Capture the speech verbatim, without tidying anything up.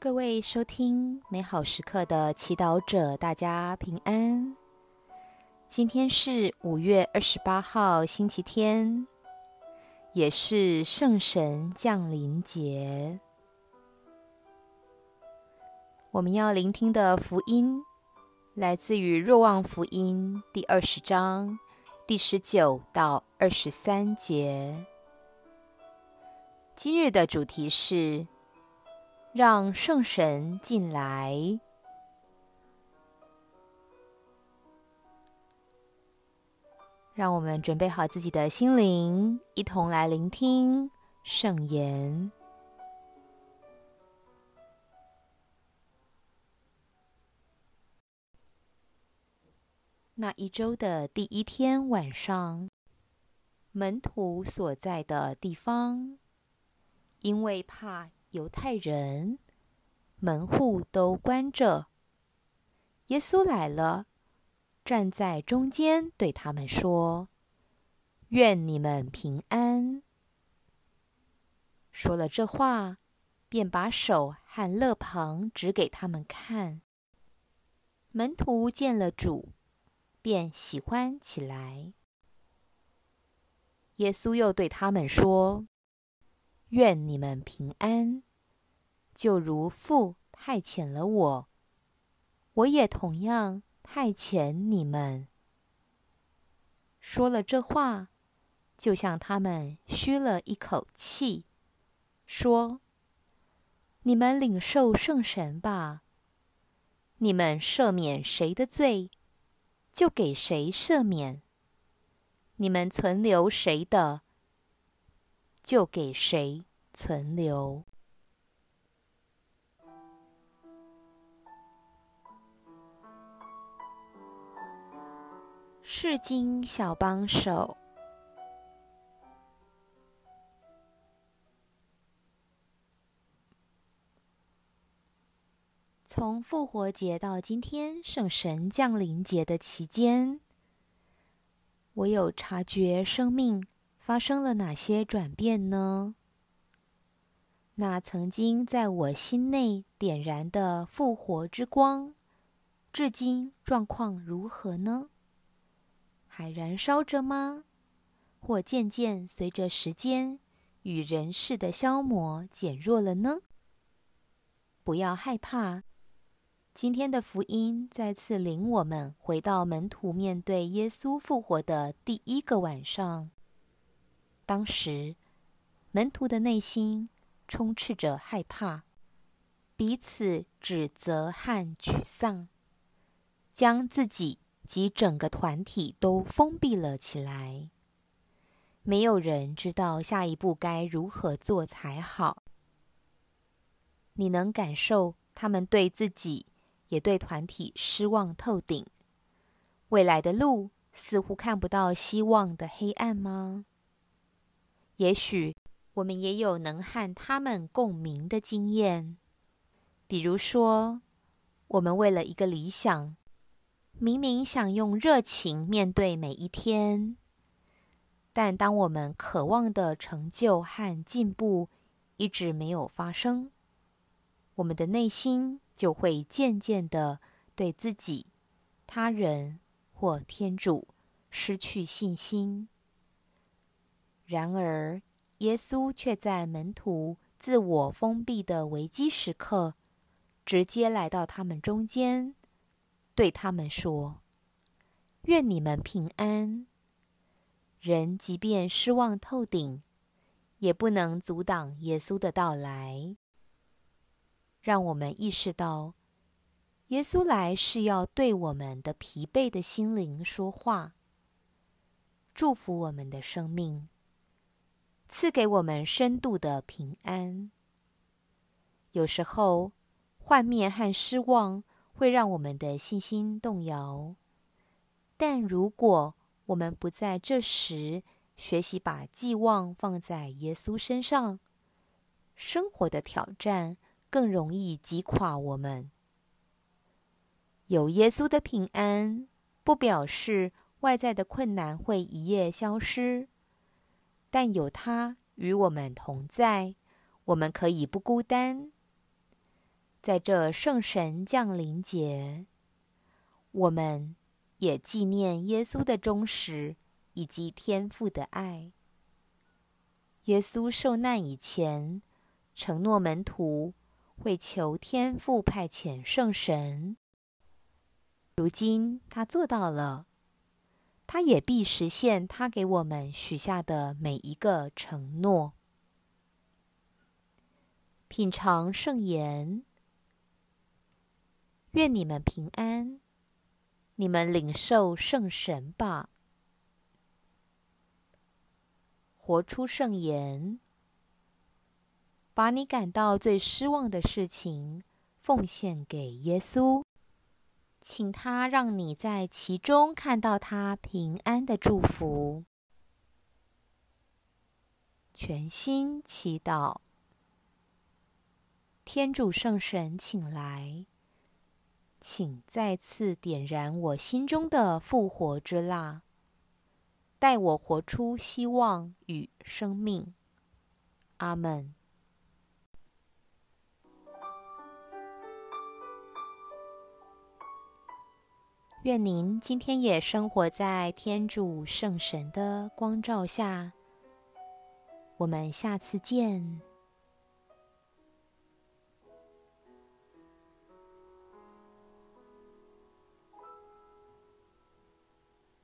各位收听美好时刻的祈祷者，大家平安。今天是五月二十八号星期天，也是圣神降临节。我们要聆听的福音来自于若望福音第二十章第十九到二十三节。今日的主题是让圣神进来。让我们准备好自己的心灵，一同来聆听圣言。那一周的第一天晚上，门徒所在的地方，因为怕犹太人，门户都关着。耶稣来了，站在中间，对他们说：“愿你们平安。”说了这话，便把手和肋旁指给他们看。门徒见了主，便喜欢起来。耶稣又对他们说：“愿你们平安。就如父派遣了我，我也同样派遣你们。”说了这话，就向他们吁了一口气，说：“你们领受圣神吧。你们赦免谁的罪，就给谁赦免；你们存留谁的，就给谁存留。”释经小帮手。从复活节到今天圣神降临节的期间，我有察觉生命发生了哪些转变呢？那曾经在我心内点燃的复活之光，至今状况如何呢？还燃烧着吗？或渐渐随着时间与人世的消磨减弱了呢？不要害怕，今天的福音再次领我们回到门徒面对耶稣复活的第一个晚上。当时，门徒的内心充斥着害怕，彼此指责和沮丧，将自己及整个团体都封闭了起来。没有人知道下一步该如何做才好。你能感受他们对自己也对团体失望透顶，未来的路似乎看不到希望的黑暗吗？也许我们也有能和他们共鸣的经验，比如说，我们为了一个理想，明明想用热情面对每一天，但当我们渴望的成就和进步一直没有发生，我们的内心就会渐渐地对自己、他人或天主失去信心。然而，耶稣却在门徒自我封闭的危机时刻，直接来到他们中间，对他们说：“愿你们平安。”人即便失望透顶，也不能阻挡耶稣的到来。让我们意识到，耶稣来是要对我们的疲惫的心灵说话，祝福我们的生命，赐给我们深度的平安。有时候，幻灭和失望会让我们的信心动摇，但如果我们不在这时学习把寄望放在耶稣身上，生活的挑战更容易击垮我们。有耶稣的平安，不表示外在的困难会一夜消失，但有他与我们同在，我们可以不孤单。 在这圣神降临节，我们也纪念耶稣的忠实以及天父的爱。耶稣受难以前，承诺门徒会求天父派遣圣神。如今他做到了，他也必实现他给我们许下的每一个承诺。品尝圣言，愿你们平安，你们领受圣神吧。活出圣言，把你感到最失望的事情奉献给耶稣，请他让你在其中看到他平安的祝福。全心祈祷，天主圣神，请来，请再次点燃我心中的复活之蜡，带我活出希望与生命。阿们。愿您今天也生活在天主圣神的光照下。我们下次见。